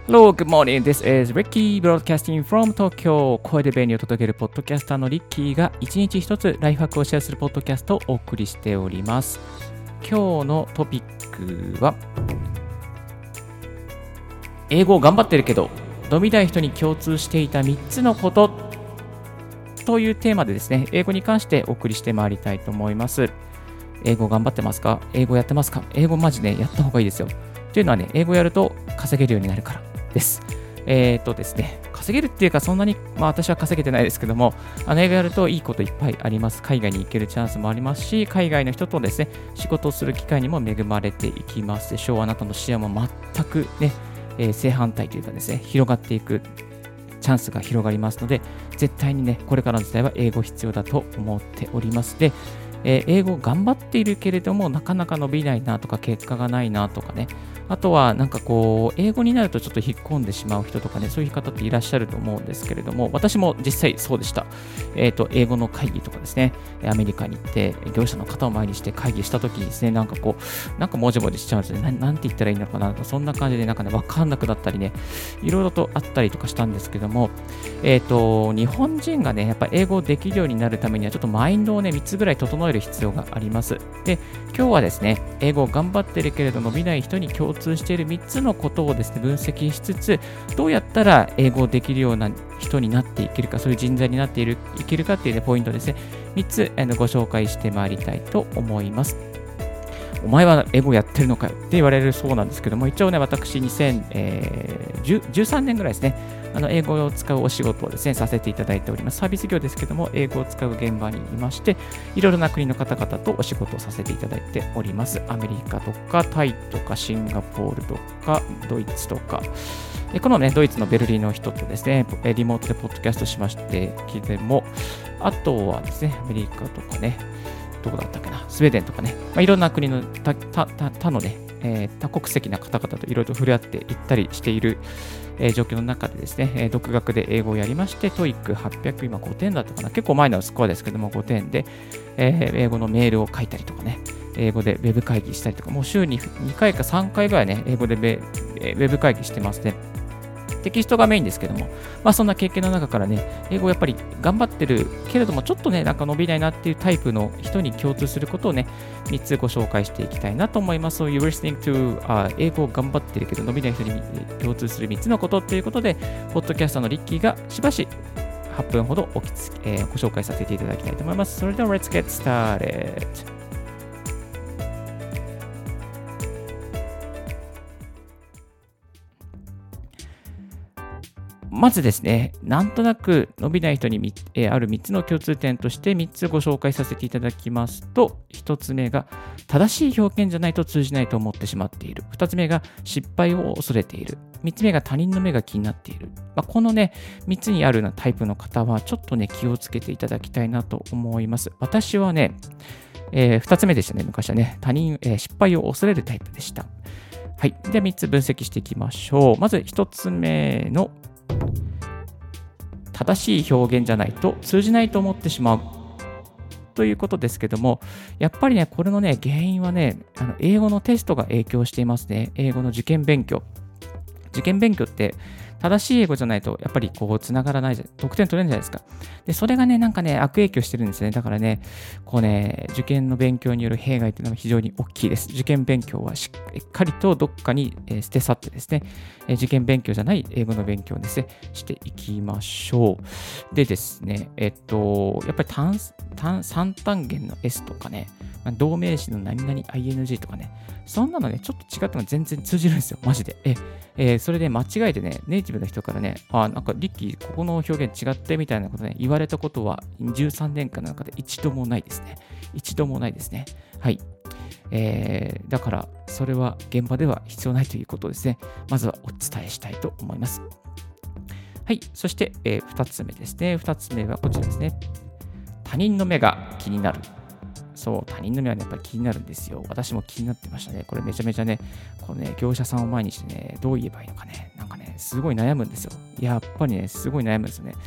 Hello, good morning. This is Ricky broadcasting from Tokyo. 声で便利を届けるポッドキャスターのリッキーが一日一つライフハックをシェアするポッドキャストをお送りしております。今日のトピックは、英語を頑張ってるけど伸びない人に共通していた3つのことというテーマでですね、英語に関してお送りしてまいりたいと思います。英語頑張ってますか？英語やってますか？英語マジね、やった方がいいですよ。というのはね、英語やると稼げるようになるからです。ですね、稼げるっていうかそんなに、私は稼げてないですけども、英語やるといいこといっぱいあります。海外に行けるチャンスもありますし、海外の人とですね、仕事をする機会にも恵まれていきますでしょう。あなたの視野も全くね、正反対というかですね、広がっていくチャンスが広がりますので、絶対にね、これからの時代は英語必要だと思っております。で、英語頑張っているけれどもなかなか伸びないなとか結果がないなとかね、あとはなんかこう英語になるとちょっと引っ込んでしまう人とかね、そういう方っていらっしゃると思うんですけれども、私も実際そうでした。英語の会議とかですね、アメリカに行って業者の方を前にして会議した時にですね、なんかもじもじしちゃうんですよね。なんて言ったらいいのかなと、そんな感じでなんかね、わかんなくなったりね、いろいろとあったりとかしたんですけども、日本人がね、やっぱ英語をできるようになるためにはちょっとマインドをね、3つぐらい整える必要があります。で、今日はですね、英語を頑張ってるけれど伸びない人に共通している3つのことをですね、分析しつつ、どうやったら英語をできるような人になっていけるか、そういう人材になっていけるかっていう、ね、ポイントですね、3つご紹介してまいりたいと思います。お前は英語やってるのかよって言われるそうなんですけども、一応ね、私2013年ぐらいですね、英語を使うお仕事をですね、させていただいております。サービス業ですけども、英語を使う現場にいまして、いろいろな国の方々とお仕事をさせていただいております。アメリカとか、タイとか、シンガポールとか、ドイツとか、このね、ドイツのベルリンの人とですね、リモートでポッドキャストしましてけども、あとはですね、アメリカとかね、どこだったっけな、スウェーデンとかね、いろんな国の他のね、多国籍な方々といろいろと触れ合っていったりしている、状況の中でですね、独学で英語をやりまして、TOEIC800、今5点だったかな、結構前のスコアですけども、5点で、英語のメールを書いたりとかね、英語でウェブ会議したりとか、もう週に2回か3回ぐらいね、英語でウェブ会議してますね。テキストがメインですけども、そんな経験の中からね、英語やっぱり頑張ってるけれども、ちょっとね、なんか伸びないなっていうタイプの人に共通することをね、3つご紹介していきたいなと思います。So you're listening to、英語を頑張ってるけど伸びない人に共通する3つのことということで、ポッドキャスターのリッキーがしばし8分ほどご紹介させていただきたいと思います。それでは Let's get started!まずですね、なんとなく伸びない人にある3つの共通点として3つご紹介させていただきますと、1つ目が正しい表現じゃないと通じないと思ってしまっている。2つ目が失敗を恐れている。3つ目が他人の目が気になっている。このね、3つにあるようなタイプの方はちょっとね、気をつけていただきたいなと思います。私はね、2つ目でしたね、昔はね、失敗を恐れるタイプでした。はい。では3つ分析していきましょう。まず1つ目の正しい表現じゃないと通じないと思ってしまうということですけども、やっぱりね、これのね、原因はね、英語のテストが影響していますね。英語の受験勉強。受験勉強って正しい英語じゃないとやっぱりつながらない得点取れるんじゃないですか。で、それがね、なんかね、悪影響してるんですね。だからね、受験の勉強による弊害っていうのは非常に大きいです。受験勉強はしっかりとどっかに捨て去ってですね、受験勉強じゃない英語の勉強をですね、していきましょう。でですね、やっぱり三単元の S とかね、動名詞の何々 ing とかね、そんなのね、ちょっと違っても全然通じるんですよ、マジで。それで間違えてね、ネイティブの人からね、なんかリッキー、ここの表現違ってみたいなことね、言われたことは13年間の中で一度もないですね。一度もないですね。はい。だから、それは現場では必要ないということですね。まずはお伝えしたいと思います。はい。そして、2つ目ですね。2つ目はこちらですね。他人の目が気になる。そう、他人の目はね、やっぱり気になるんですよ。私も気になってましたね。これめちゃめちゃね、業者さんを前にしてね、どう言えばいいのかね、なんかね、すごい悩むんですよ。やっぱりね、すごい悩むんですよね。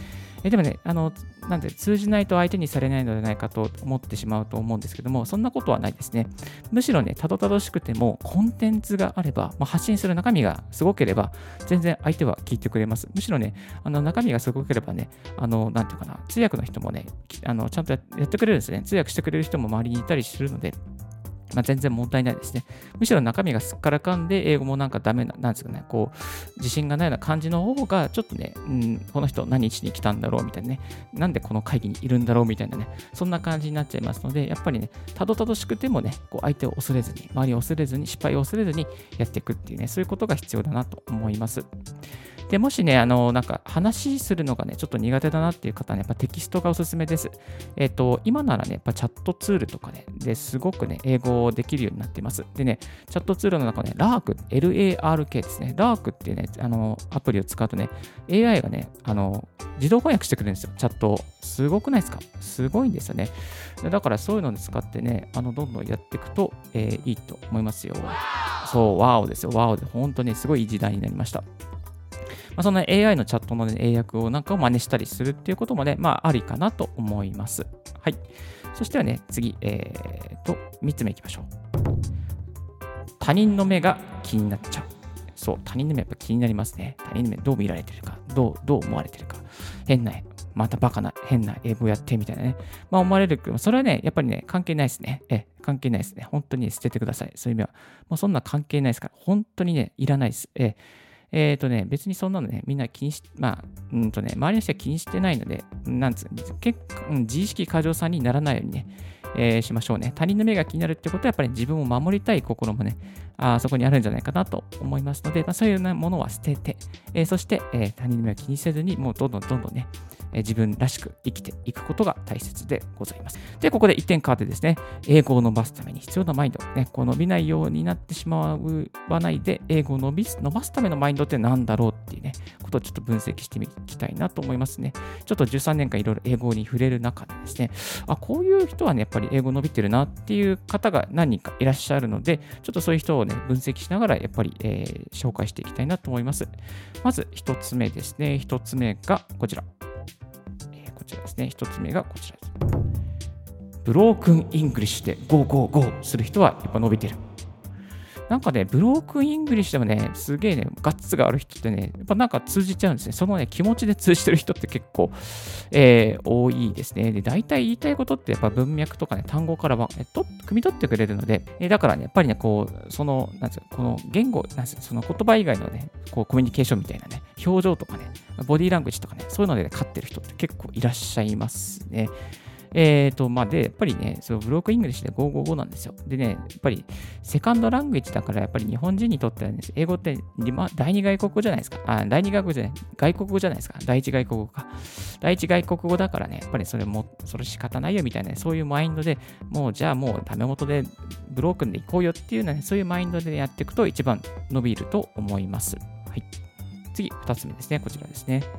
でもね、なんで通じないと相手にされないのではないかと思ってしまうと思うんですけども、そんなことはないですね。むしろね、たどたどしくても、コンテンツがあれば、発信する中身がすごければ、全然相手は聞いてくれます。むしろね、中身がすごければね、なんていうかな、通訳の人もね、ちゃんとやってくれるんですね。通訳してくれる人も周りにいたりするので、全然問題ないですね。むしろ中身がすっからかんで、英語もなんかダメな、なんですかね、自信がないような感じの方が、ちょっとね、この人何しに来たんだろうみたいなね、なんでこの会議にいるんだろうみたいなね、そんな感じになっちゃいますので、やっぱりね、たどたどしくてもね、相手を恐れずに、周りを恐れずに、失敗を恐れずにやっていくっていうね、そういうことが必要だなと思います。で、もしね、なんか話するのがね、ちょっと苦手だなっていう方はね、やっぱテキストがおすすめです。今ならね、やっぱチャットツールとかね、ですごくね、英語できるようになっています。でね、チャットツールの中ね、LARK、LARK ですね。LARK っていうね、アプリを使うとね、AI がね、自動翻訳してくれるんですよ、チャットを。すごくないですか？すごいんですよね。だからそういうのを使ってね、どんどんやっていくと、いいと思いますよ。そう、ワオですよ。ワオで、本当にすごいいい時代になりました。そんな AI のチャットの、ね、英訳をなんかを真似したりするっていうこともね、ありかなと思います。はい。そしてはね、次、3つ目いきましょう。他人の目が気になっちゃう。そう、他人の目やっぱ気になりますね。他人の目どう見られてるか、どう思われてるか。またバカな、変な英語やってみたいなね。思われるけど、それはね、やっぱりね、関係ないですね。関係ないですね。本当に捨ててください。そういう意味は。もうそんな関係ないですから、本当にね、いらないです。別にそんなのね、みんな気にし、周りの人は気にしてないので、結構、自意識過剰さにならないようにね、しましょうね。他人の目が気になるってことは、やっぱり自分を守りたい心もね、そこにあるんじゃないかなと思いますので、そういうようなものは捨てて、そして、他人の目を気にせずに、もうどんどんね、自分らしく生きていくことが大切でございます。で、ここで一点変わってですね、英語を伸ばすために必要なマインド、ね、伸びないようになってしまわないで、英語を伸ばすためのマインドって何だろうっていうね、ことをちょっと分析していきたいなと思いますね。ちょっと13年間いろいろ英語に触れる中でですね、こういう人はね、やっぱり英語伸びてるなっていう方が何人かいらっしゃるので、ちょっとそういう人をね、分析しながら、やっぱり、紹介していきたいなと思います。まず一つ目ですね。一つ目がこちら。こちらですね。一つ目がこちらです。ブロークンイングリッシュでゴーゴーゴーする人はやっぱ伸びてる。なんかね、ブロークンイングリッシュでもね、すげえね、ガッツがある人ってね、やっぱなんか通じちゃうんですね。そのね、気持ちで通じてる人って結構、多いですね。で、大体言いたいことってやっぱ文脈とかね、単語からは、汲み取ってくれるので、だからね、やっぱりね、この言語、その言葉以外のね、コミュニケーションみたいなね、表情とかね、ボディーラングエッジとかね、そういうので、勝ってる人って結構いらっしゃいますね。で、やっぱりね、そのブロークイングリッシュで555なんですよ。でね、やっぱりセカンドラングエッジだから、やっぱり日本人にとってはね、英語って第二外国語じゃないですか。第二外国語じゃない、外国語じゃないですか。第一外国語か。第一外国語だからね、やっぱりそれ仕方ないよみたいな、ね、そういうマインドで、もうダメ元でブロークンでいこうよっていうね、そういうマインドでやっていくと一番伸びると思います。はい。次、2つ目ですね。こちらですね。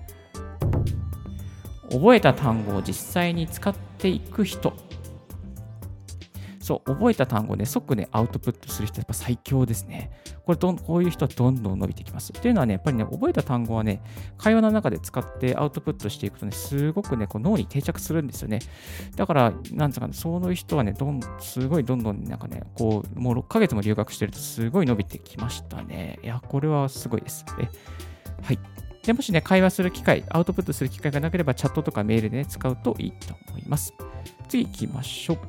覚えた単語を実際に使っていく人。そう、覚えた単語で即ね、アウトプットする人はやっぱ最強ですね。こういう人はどんどん伸びてきます。っていうのはね、やっぱりね、覚えた単語はね、会話の中で使ってアウトプットしていくとね、すごくね、脳に定着するんですよね。だから、なんつうかね、そういう人はね、すごいどんどんなんかね、もう6ヶ月も留学してるとすごい伸びてきましたね。いや、これはすごいです。はい。でもしね、会話する機会、アウトプットする機会がなければ、チャットとかメールでね、使うといいと思います。次行きましょう。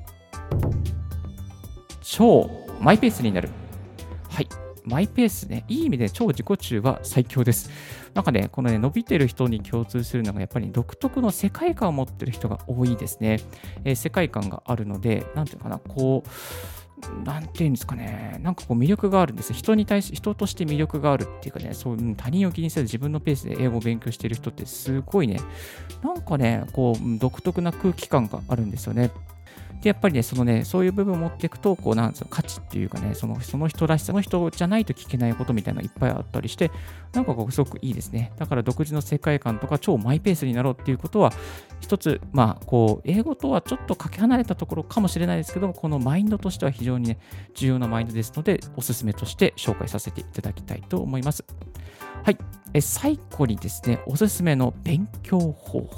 超マイペースになる。はい。マイペースね。いい意味で超自己中は最強です。なんかね、このね、伸びてる人に共通するのが、やっぱり独特の世界観を持ってる人が多いですね。世界観があるので、なんていうかな、なんていうんですかね、なんか魅力があるんです。人として魅力があるっていうかね、他人を気にせず自分のペースで英語を勉強している人ってすごいね、なんかね、独特な空気感があるんですよね。で、やっぱりね、そういう部分を持っていくと、価値っていうかね、その人らしさ、その人じゃないと聞けないことみたいなのがいっぱいあったりして、なんかすごくいいですね。だから独自の世界観とか超マイペースになろうっていうことは、一つ、英語とはちょっとかけ離れたところかもしれないですけども、このマインドとしては非常にね、重要なマインドですので、おすすめとして紹介させていただきたいと思います。はい。最後にですね、おすすめの勉強方法。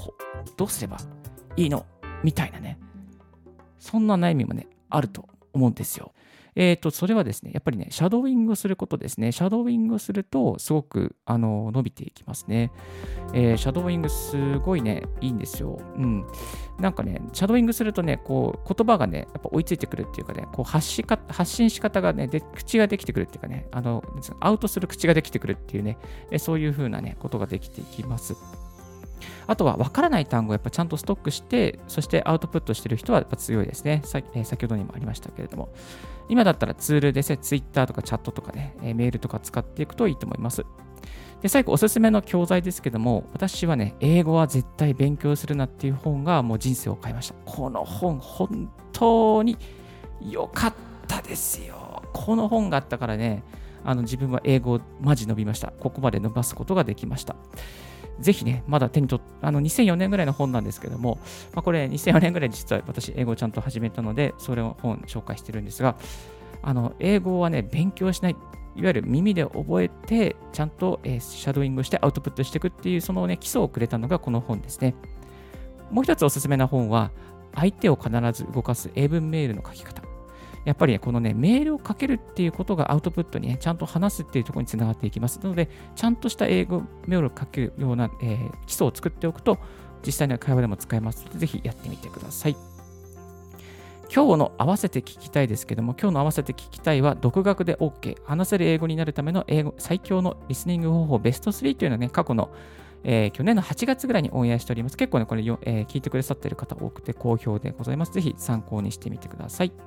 どうすればいいのみたいなね、そんな悩みもね、あると思うんですよ。それはですね、やっぱりね、シャドーイングすることですね。シャドーイングすると、すごく、伸びていきますね。シャドーイングすごいね、いいんですよ。うん。なんかね、シャドーイングするとね、こう、言葉がね、やっぱ追いついてくるっていうかね、こう発信し方がね、口ができてくるっていうかね、アウトする口ができてくるっていうね、そういう風なね、ことができていきます。あとは分からない単語をやっぱちゃんとストックして、そしてアウトプットしてる人はやっぱ強いですね。先ほどにもありましたけれども。今だったらツールですね、Twitter とかチャットとかね、メールとか使っていくといいと思います。で、最後おすすめの教材ですけども、私はね、英語は絶対勉強するなっていう本がもう人生を変えました。この本、本当に良かったですよ。この本があったからね、自分は英語をマジ伸びました。ここまで伸ばすことができました。ぜひね、まだ手に取って、2004年ぐらいの本なんですけども、これ2004年ぐらい実は私、英語をちゃんと始めたので、それを本紹介してるんですが、英語はね、勉強しない、いわゆる耳で覚えて、ちゃんと、シャドーイングしてアウトプットしていくっていう、そのね、基礎をくれたのがこの本ですね。もう一つおすすめな本は、相手を必ず動かす英文メールの書き方。やっぱりね、このね、メールをかけるっていうことがアウトプットにね、ちゃんと話すっていうところにつながっていきます。なので、ちゃんとした英語メールをかけるような、基礎を作っておくと、実際の会話でも使えますので、ぜひやってみてください。今日の合わせて聞きたいですけども、今日の合わせて聞きたいは、独学で OK、話せる英語になるための最強のリスニング方法ベスト3というのをね、過去の去年の8月ぐらいにオンエアしております。結構ね、これ、聞いてくださっている方多くて好評でございます。ぜひ参考にしてみてください。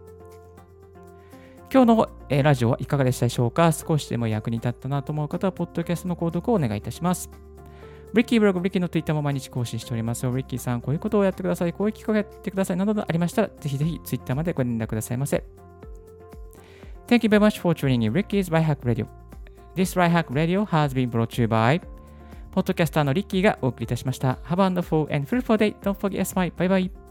今日の、ラジオはいかがでしたでしょうか？少しでも役に立ったなと思う方は、ポッドキャストの購読をお願いいたします。リッキーブログ、リッキーの Twitter も毎日更新しております。リッキーさん、こういうことをやってください、こういう企画をやってくださいなどありましたら、ぜひぜひ Twitter までご連絡くださいませ。Thank you very much for tuning in Ricky's Right Hack Radio。This Right Hack Radio has been brought to you by ポッドキャスターのリッキーがお送りいたしました。Have a wonderful and fruitful day. Don't forget to smile. Bye bye.